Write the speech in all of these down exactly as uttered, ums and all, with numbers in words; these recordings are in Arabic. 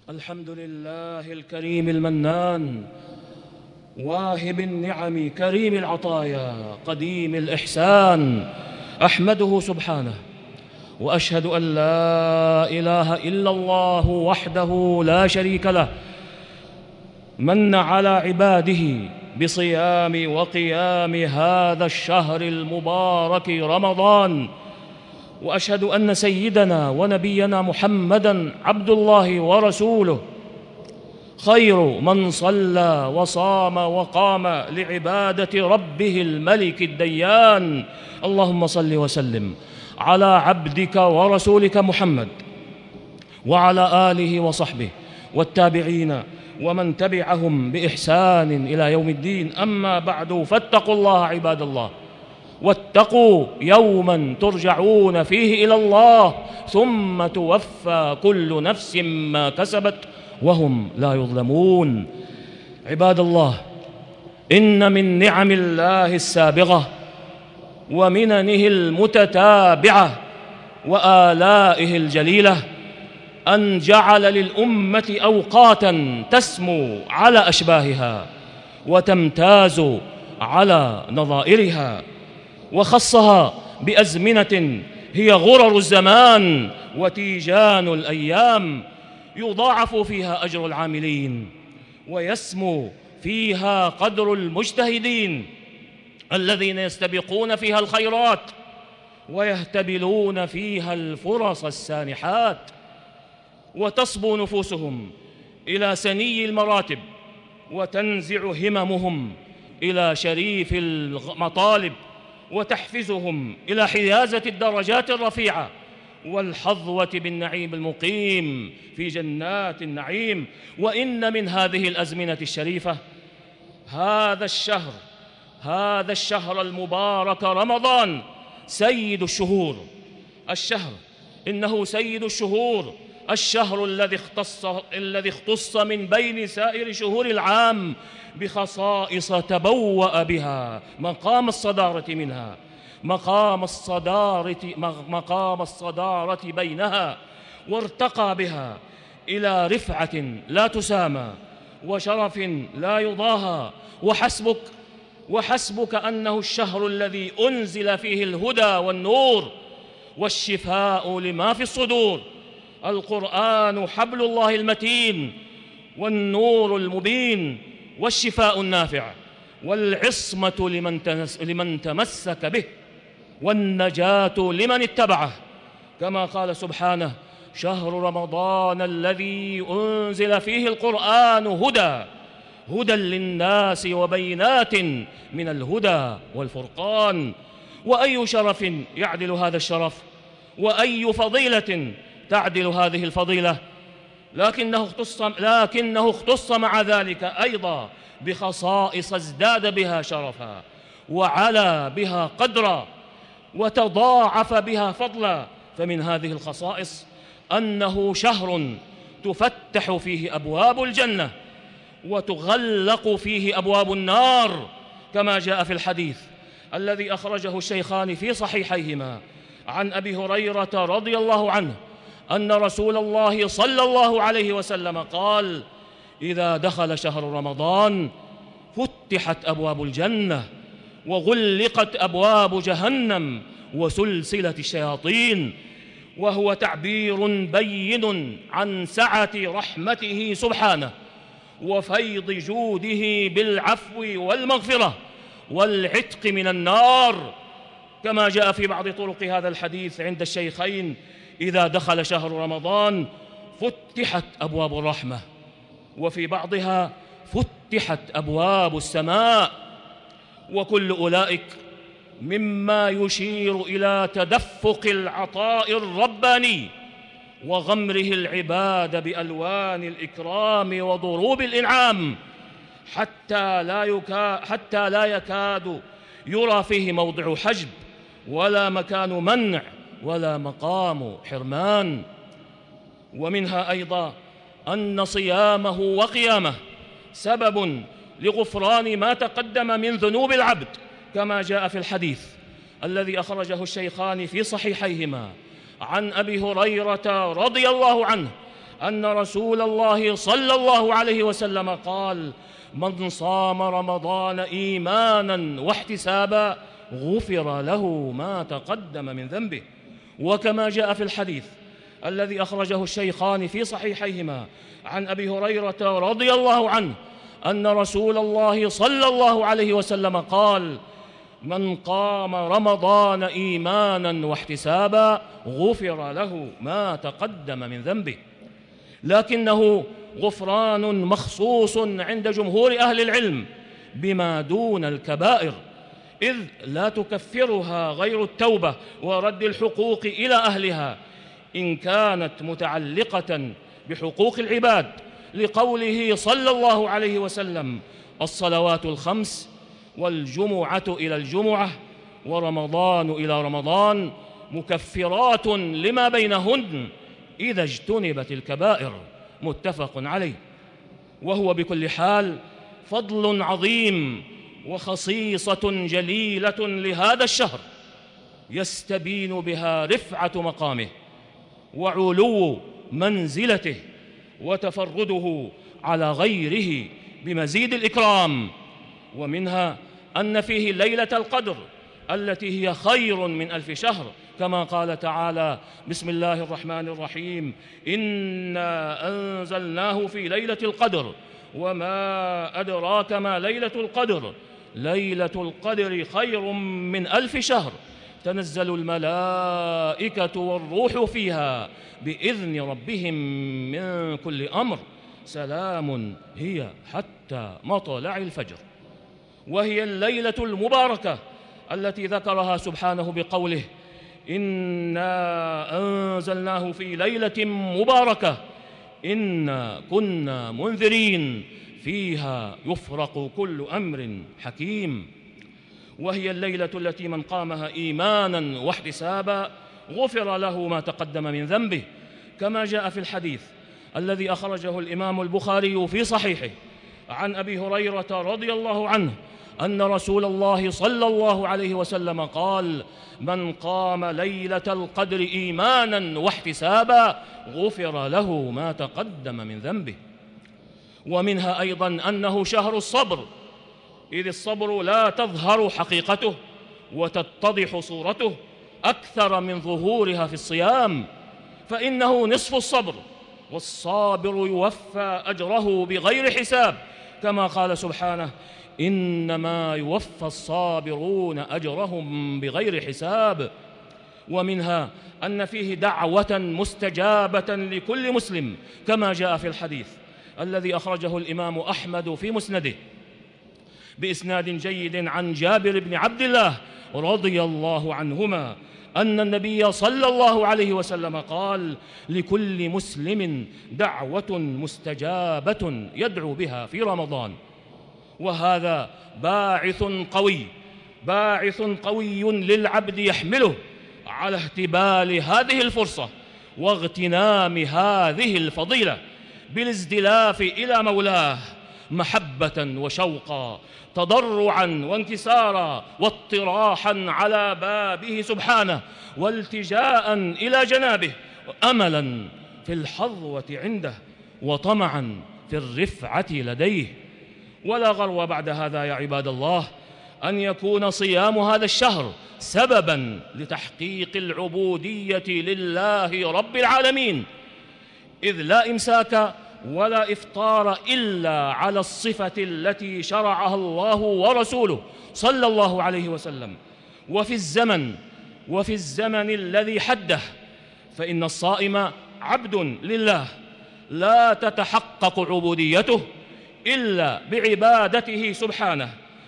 الحمد لله الكريم المنان، واهب النعم كريم العطايا قديم الإحسان، أحمده سبحانه وأشهد أن لا إله إلا الله وحده لا شريك له، من على عباده بصيام وقيام هذا الشهر المبارك رمضان. وأشهد أن سيدنا ونبينا محمدًا عبد الله ورسوله، خير من صلى وصام وقام لعبادة ربه الملك الديان. اللهم صل وسلم على عبدك ورسولك محمد وعلى آله وصحبه والتابعين ومن تبعهم بإحسان إلى يوم الدين. أما بعد، فاتقوا الله عباد الله، واتقوا يوما ترجعون فيه إلى الله ثم توفى كل نفس ما كسبت وهم لا يظلمون. عباد الله، إن من نعم الله السابغة ومننه المتتابعة وآلائه الجليلة أن جعل للأمة أوقاتا تسمو على أشباهها وتمتاز على نظائرها، وخصها بأزمنة هي غرر الزمان وتيجان الأيام، يضاعف فيها أجر العاملين ويسمو فيها قدر المجتهدين الذين يستبقون فيها الخيرات ويهتبلون فيها الفرص السانحات، وتصبو نفوسهم إلى سني المراتب وتنزع هممهم إلى شريف المطالب، وتحفزهم إلى حيازة الدرجات الرفيعة والحظوة بالنعيم المقيم في جنات النعيم. وإن من هذه الأزمنة الشريفة هذا الشهر هذا الشهر المبارك رمضان، سيد الشهور. الشهر إنه سيد الشهور، الشهر الذي اختص الذي اختص من بين سائر شهور العام بخصائص تبوأ بها مقام الصدارة منها مقام الصدارة مقام الصدارة بينها، وارتقى بها إلى رفعة لا تسامى وشرف لا يضاهى. وحسبك وحسبك أنه الشهر الذي أنزل فيه الهدى والنور والشفاء لما في الصدور. القرآن حبل الله المتين والنور المبين والشفاء النافع والعصمة لمن, لمن تمسك به والنجاة لمن اتبعه، كما قال سبحانه: شهر رمضان الذي أنزل فيه القرآن هدى هدى للناس وبينات من الهدى والفرقان. وأي شرف يعدل هذا الشرف، وأي فضيلة تعدل هذه الفضيلة، لكنه اختص, لكنه اختص مع ذلك أيضا بخصائص ازداد بها شرفا وعلى بها قدرا وتضاعف بها فضلا. فمن هذه الخصائص أنه شهر تفتح فيه أبواب الجنة وتغلق فيه أبواب النار، كما جاء في الحديث الذي أخرجه الشيخان في صحيحيهما عن أبي هريرة رضي الله عنه أن رسول الله صلى الله عليه وسلم قال: إذا دخل شهر رمضان فتحت أبواب الجنة وغلقت أبواب جهنم وسلسلة الشياطين. وهو تعبير بين عن سعة رحمته سبحانه وفيض جوده بالعفو والمغفرة والعتق من النار، كما جاء في بعض طرق هذا الحديث عند الشيخين: إذا دخل شهر رمضان فتحت أبواب الرحمة، وفي بعضها فتحت أبواب السماء. وكل أولئك مما يشير إلى تدفق العطاء الرباني وغمره العباد بألوان الإكرام وضروب الإنعام، حتى لا, يكا حتى لا يكاد يرى فيه موضع حجب ولا مكان منع ولا مقام حرمان. ومنها أيضا أن صيامه وقيامه سبب لغفران ما تقدم من ذنوب العبد، كما جاء في الحديث الذي أخرجه الشيخان في صحيحيهما عن أبي هريرة رضي الله عنه أن رسول الله صلى الله عليه وسلم قال: من صام رمضان إيمانا واحتسابا غفر له ما تقدم من ذنبه. وكما جاء في الحديث الذي أخرجه الشيخان في صحيحيهما عن أبي هريرة رضي الله عنه أن رسول الله صلى الله عليه وسلم قال: من قام رمضان إيمانا واحتسابا غفر له ما تقدم من ذنبه. لكنه غفران مخصوص عند جمهور أهل العلم بما دون الكبائر، إذ لا تكفرها غير التوبة ورد الحقوق إلى أهلها إن كانت متعلقة بحقوق العباد، لقوله صلى الله عليه وسلم: الصلوات الخمس والجمعة إلى الجمعة ورمضان إلى رمضان مكفرات لما بينهن إذا اجتنبت الكبائر. متفق عليه. وهو بكل حال فضل عظيم وخصيصة جليلة لهذا الشهر يستبين بها رفعة مقامه وعلو منزلته وتفرده على غيره بمزيد الإكرام. ومنها أن فيه ليلة القدر التي هي خير من ألف شهر، كما قال تعالى: بسم الله الرحمن الرحيم: إنا أنزلناه في ليلة القدر وما أدراك ما ليلة القدر ليلة القدر خير من ألف شهر تنزل الملائكة والروح فيها بإذن ربهم من كل أمر سلام هي حتى مطلع الفجر. وهي الليلة المباركة التي ذكرها سبحانه بقوله: إنا أنزلناه في ليلة مباركة إنا كنا منذرين فيها يفرق كل أمر حكيم. وهي الليلة التي من قامها إيمانا واحتسابا غفر له ما تقدم من ذنبه، كما جاء في الحديث الذي أخرجه الإمام البخاري في صحيحه عن أبي هريرة رضي الله عنه أن رسول الله صلى الله عليه وسلم قال: من قام ليلة القدر إيمانا واحتسابا غفر له ما تقدم من ذنبه. ومنها أيضا أنه شهر الصبر، إذ الصبر لا تظهر حقيقته وتتضح صورته أكثر من ظهورها في الصيام، فإنه نصف الصبر، والصابر يوفى أجره بغير حساب، كما قال سبحانه: إنما يوفى الصابرون أجرهم بغير حساب. ومنها أن فيه دعوة مستجابة لكل مسلم، كما جاء في الحديث الذي أخرجه الإمام أحمد في مسنده بإسناد جيد عن جابر بن عبد الله رضي الله عنهما أن النبي صلى الله عليه وسلم قال: لكل مسلم دعوة مستجابة يدعو بها في رمضان. وهذا باعث قوي باعث قوي للعبد يحمله على اهتبال هذه الفرصة واغتنام هذه الفضيلة بالازدلاف إلى مولاه محبة وشوقا، تضرعا وانكسارا واطراحا على بابه سبحانه، والتجاء إلى جنابه، أملا في الحظوة عنده وطمعا في الرفعة لديه. ولا غرو بعد هذا يا عباد الله أن يكون صيام هذا الشهر سببا لتحقيق العبودية لله رب العالمين، إذ لا إمساك ولا إفطار إلا على الصفة التي شرعها الله ورسوله صلى الله عليه وسلم، وفي الزمن وفي الزمن الذي حده، فإن الصائم عبد لله لا تتحقق عبوديته إلا بعبادته سبحانه.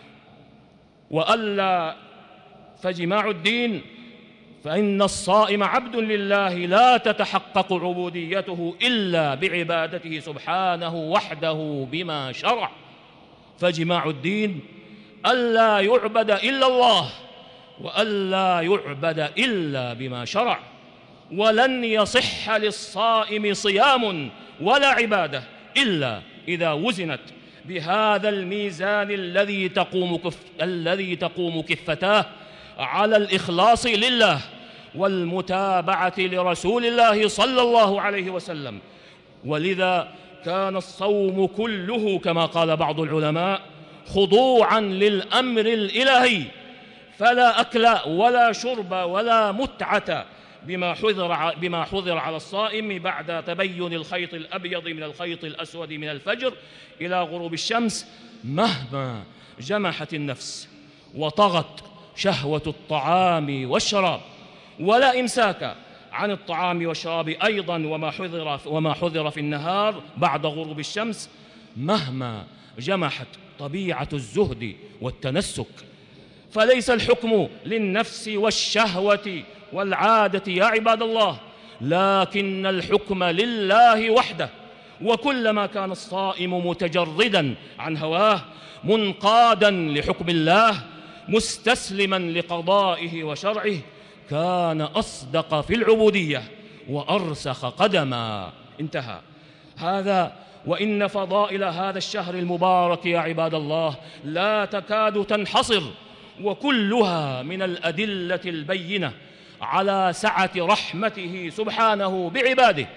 وألا فجماع الدين فإن الصائم عبد لله لا تتحقق عبوديته إلا بعبادته سبحانه وحده بما شرع. فجماع الدين ألا يعبد إلا الله وألا يعبد إلا بما شرع. ولن يصح للصائم صيام ولا عبادة إلا إذا وزنت بهذا الميزان الذي تقوم كف الذي تقوم كفتاه على الإخلاص لله والمتابعة لرسول الله صلى الله عليه وسلم، ولذا كان الصوم كله كما قال بعض العلماء خضوعا للأمر الإلهي، فلا أكل ولا شرب ولا متعة بما حضر, بما حضر على الصائم بعد تبين الخيط الأبيض من الخيط الأسود من الفجر إلى غروب الشمس، مهما جمحت النفس وطغت شهوة الطعام والشراب. ولا إمساك عن الطعام والشراب أيضا وما حضر, وما حضر في النهار بعد غروب الشمس، مهما جمحت طبيعة الزهد والتنسك. فليس الحكم للنفس والشهوة والعادة يا عباد الله، لكن الحكم لله وحده. وكلما كان الصائم متجردا عن هواه منقادا لحكم الله مستسلما لقضائه وشرعه كان أصدق في العبودية وأرسخ قدما. انتهى. هذا وإن فضائل هذا الشهر المبارك يا عباد الله لا تكاد تنحصر، وكلها من الأدلة البينة على سعة رحمته سبحانه بعباده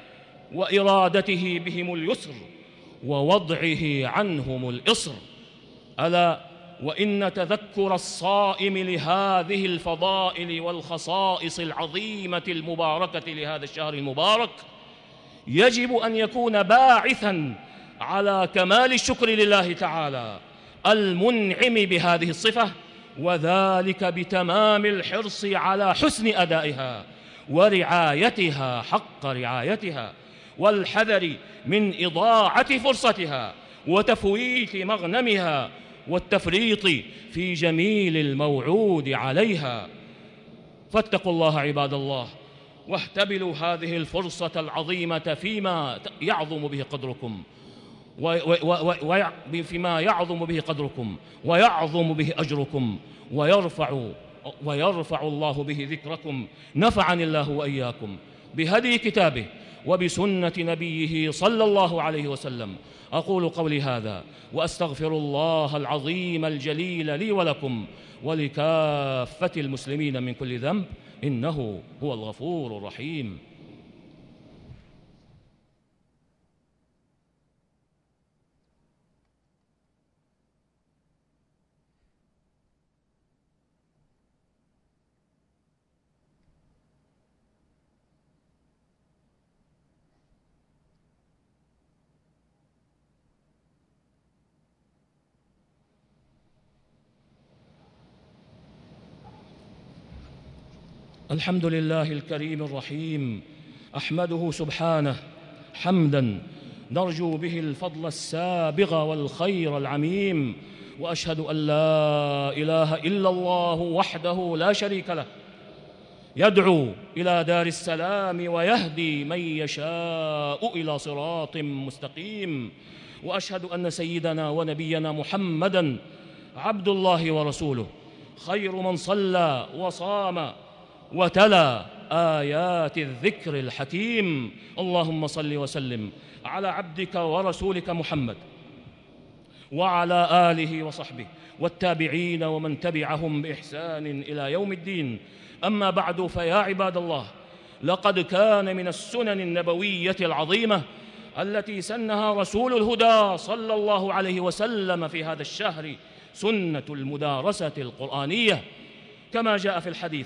وإرادته بهم اليسر ووضعه عنهم الإصر. ألا وإن تذكر الصائم لهذه الفضائل والخصائص العظيمة المباركة لهذا الشهر المبارك يجب أن يكون باعثاً على كمال الشكر لله تعالى المنعم بهذه الصفة، وذلك بتمام الحرص على حسن أدائها ورعايتها حق رعايتها، والحذر من إضاعة فرصتها وتفويت مغنمها والتفريط في جميل الموعود عليها. فاتقوا الله عباد الله، واهتبلوا هذه الفرصة العظيمة فيما يعظم به قدركم وفيما يعظم به قدركم ويعظم به أجركم ويرفع ويرفع الله به ذكركم. نفعني الله وإياكم بهدي كتابه وبسنة نبيه صلى الله عليه وسلم. أقول قولي هذا وأستغفر الله العظيم الجليل لي ولكم ولكافة المسلمين من كل ذنب، إنه هو الغفور الرحيم. الحمد لله الكريم الرحيم، أحمده سبحانه حمداً نرجو به الفضل السابغ والخير العميم، وأشهد أن لا إله إلا الله وحده لا شريك له يدعو إلى دار السلام ويهدي من يشاء إلى صراط مستقيم. وأشهد أن سيدنا ونبينا محمداً عبد الله ورسوله، خير من صلى وصام وتلا آيات الذكر الحكيم. اللهم صل وسلم على عبدك ورسولك محمد وعلى آله وصحبه والتابعين ومن تبعهم بإحسان إلى يوم الدين. أما بعد، فيا عباد الله، لقد كان من السنن النبوية العظيمة التي سنها رسول الهدى صلى الله عليه وسلم في هذا الشهر سنة المدارسة القرآنية، كما جاء في الحديث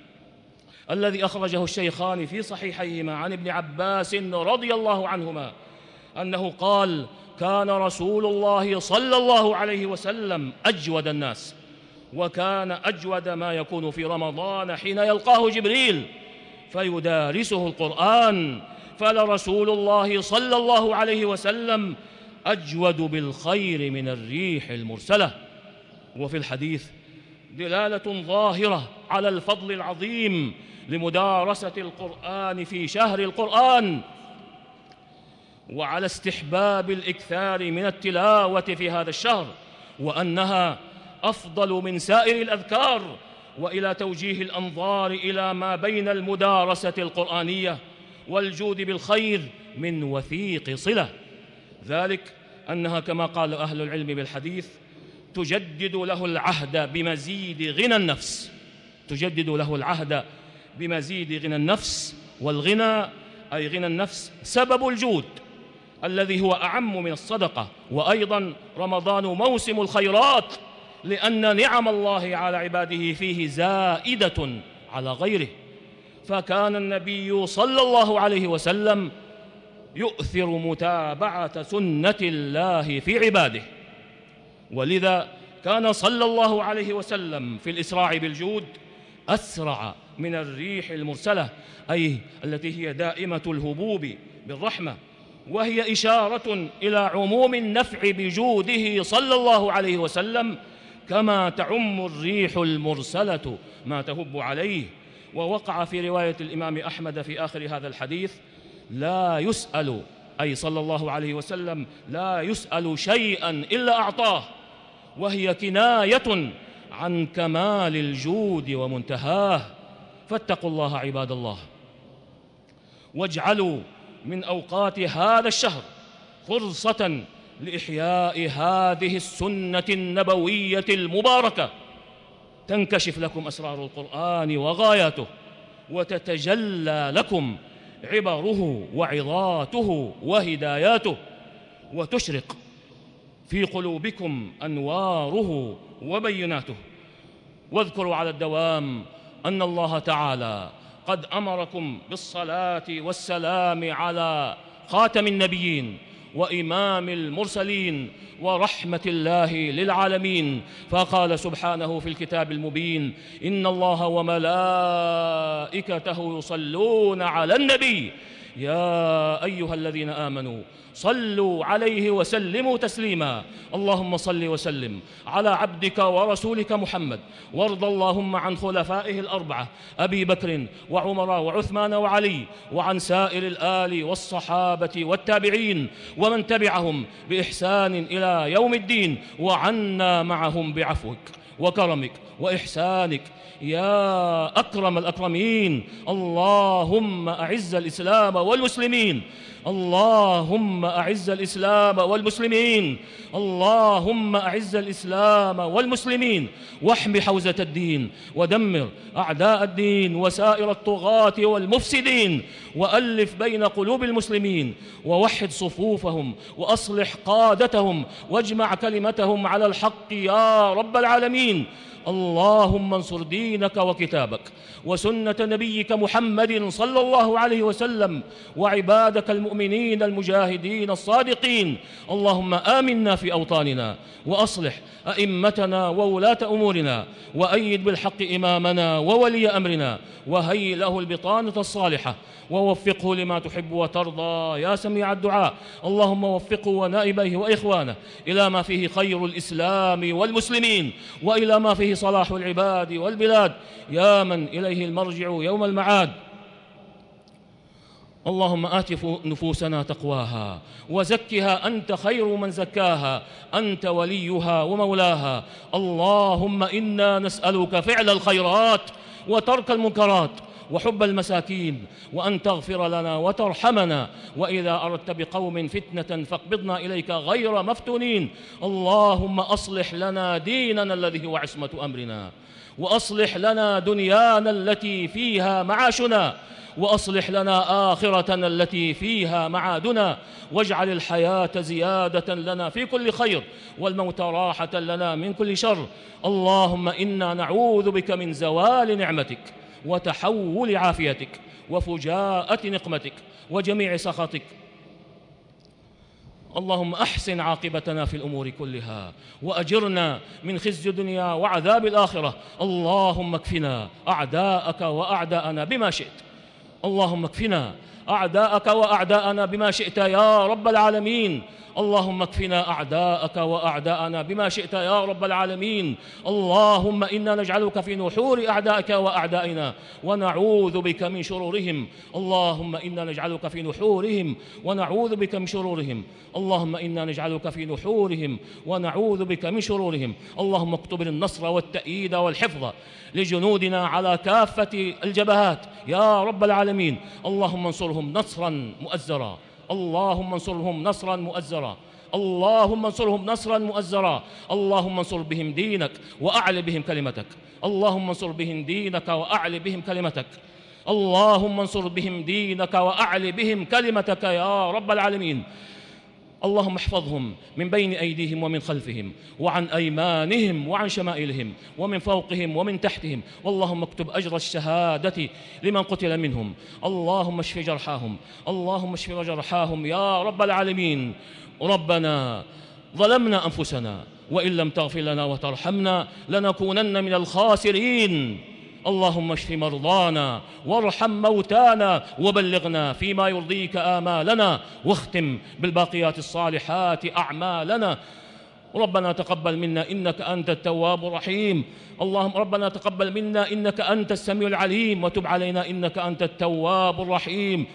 الذي أخرجه الشيخان في صحيحيهما عن ابن عباس رضي الله عنهما أنه قال: كان رسول الله صلى الله عليه وسلم أجود الناس، وكان أجود ما يكون في رمضان حين يلقاه جبريل فيدارسه القرآن، فلرسول الله صلى الله عليه وسلم أجود بالخير من الريح المرسلة. وفي الحديث دلالة ظاهرة على الفضل العظيم لمدارسة القرآن في شهر القرآن، وعلى استحباب الإكثار من التلاوة في هذا الشهر، وأنها أفضل من سائر الأذكار، وإلى توجيه الأنظار إلى ما بين المدارسة القرآنية والجود بالخير من وثيق صلة، ذلك أنها كما قال أهل العلم بالحديث تجدد له العهد بمزيد غنى النفس، تجدد له العهد بمزيد غنى النفس، والغنى أي غنى النفس سبب الجود الذي هو أعم من الصدقة. وأيضا رمضان موسم الخيرات، لأن نعم الله على عباده فيه زائدة على غيره. فكان النبي صلى الله عليه وسلم يؤثر متابعة سنة الله في عباده، ولذا كان صلى الله عليه وسلم في الإسراع بالجود أسرع من الريح المرسلة، أي التي هي دائمة الهبوب بالرحمة، وهي إشارة إلى عموم النفع بجوده صلى الله عليه وسلم، كما تعم الريح المرسلة ما تهب عليه. ووقع في رواية الإمام أحمد في آخر هذا الحديث: لا يسأل، أي صلى الله عليه وسلم لا يسأل شيئا إلا أعطاه، وهي كناية عن كمال الجود ومنتهاه. فاتقوا الله عباد الله، واجعلوا من أوقات هذا الشهر فرصة لإحياء هذه السنة النبوية المباركة، تنكشف لكم أسرار القرآن وغاياته، وتتجلى لكم عبره وعظاته وهداياته، وتشرق في قلوبكم أنواره وبيناته. واذكروا على الدوام أن الله تعالى قد أمركم بالصلاة والسلام على خاتم النبيين وإمام المرسلين ورحمة الله للعالمين، فقال سبحانه في الكتاب المبين: إن الله وملائكته يصلون على النبي يا أيها الذين آمنوا صلوا عليه وسلموا تسليما. اللهم صل وسلم على عبدك ورسولك محمد، وارض اللهم عن خلفائه الأربعة أبي بكر وعمر وعثمان وعلي، وعن سائر الآل والصحابة والتابعين ومن تبعهم بإحسان إلى يوم الدين، وعنا معهم بعفوك وكرمك وإحسانك يا أكرم الأكرمين. اللهم أعز الإسلام والمسلمين، اللهم أعز الإسلام والمسلمين، اللهم أعز الإسلام والمسلمين، واحم حوزة الدين، ودمر أعداء الدين وسائر الطغاة والمفسدين، وألف بين قلوب المسلمين، ووحد صفوفهم، وأصلح قادتهم، واجمع كلمتهم على الحق يا رب العالمين. اللهم انصر دينك وكتابك وسنة نبيك محمد صلى الله عليه وسلم وعبادك المؤمنين المجاهدين الصادقين. اللهم آمنا في أوطاننا، وأصلح أئمتنا وولاة أمورنا، وأيد بالحق إمامنا وولي أمرنا، وهيئ له البطانة الصالحة، ووفقه لما تحب وترضى يا سميع الدعاء. اللهم وفقه ونائبيه وإخوانه إلى ما فيه خير الإسلام والمسلمين، وإلى ما فيه صلاح العباد والبلاد، يا من إليه المرجع يوم المعاد. اللهم آت نفوسنا تقواها وزكها أنت خير من زكاها، أنت وليها ومولاها. اللهم إنا نسألك فعل الخيرات وترك المنكرات وحب المساكين، وأن تغفر لنا وترحمنا، وإذا أردت بقوم فتنة فاقبضنا إليك غير مفتونين. اللهم أصلح لنا ديننا الذي هو عصمة أمرنا، وأصلح لنا دنيانا التي فيها معاشنا، وأصلح لنا آخرتنا التي فيها معادنا، واجعل الحياة زيادة لنا في كل خير، والموت راحة لنا من كل شر. اللهم إنا نعوذ بك من زوال نعمتك وتحول عافيتك وفجاءة نقمتك وجميع سخطك. اللهم أحسن عاقبتنا في الأمور كلها، وأجرنا من خزي الدنيا وعذاب الآخرة. اللهم اكفنا أعداءك وأعداءنا بما شئت، اللهم اكفنا أعداءك وأعداءنا بما شئت يا رب العالمين. اللهم اكفنا أعداءك وأعداءنا بما شئت يا رب العالمين. اللهم إنا نجعلك في نحور أعدائك وأعدائنا ونعوذ بك من شرورهم. اللهم إنا نجعلك في نحورهم ونعوذ بك من شرورهم. اللهم إنا نجعلك في نحورهم ونعوذ بك من شرورهم. اللهم اكتب النصر والتأييد والحفظ لجنودنا على كافة الجبهات يا رب العالمين. اللهم انصرهم نصرا مؤزرا، اللهم انصرهم نصرا مؤزرا، اللهم انصرهم نصرا مؤزرا. اللهم انصر بهم دينك وأعل بهم كلمتك، اللهم انصر بهم دينك وأعل بهم كلمتك. اللهم انصر بهم دينك وأعل بهم كلمتك يا رب العالمين. اللهم احفظهم من بين أيديهم ومن خلفهم وعن أيمانهم وعن شمائلهم ومن فوقهم ومن تحتهم، واللهم اكتب أجر الشهادة لمن قتل منهم. اللهم اشف جرحاهم، اللهم اشف جرحاهم يا رب العالمين. ربنا ظلمنا أنفسنا وإن لم تغفر لنا وترحمنا لنكونن من الخاسرين. اللهم اشف مرضانا وارحم موتانا وبلغنا فيما يرضيك آمالنا، واختم بالباقيات الصالحات أعمالنا. ربنا تقبل منا إنك أنت التواب الرحيم. اللهم ربنا تقبل منا إنك أنت السميع العليم، وتب علينا إنك أنت التواب الرحيم.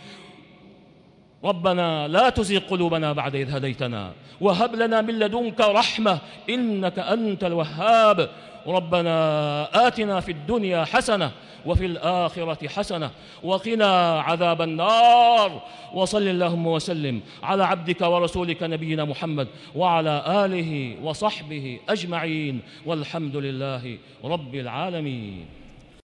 ربنا لا تزغ قلوبنا بعد إذ هديتنا، وهب لنا من لدنك رحمة إنك أنت الوهاب. ربنا آتنا في الدنيا حسنة وفي الآخرة حسنة وقنا عذاب النار. وصل اللهم وسلم على عبدك ورسولك نبينا محمد وعلى آله وصحبه أجمعين، والحمد لله رب العالمين.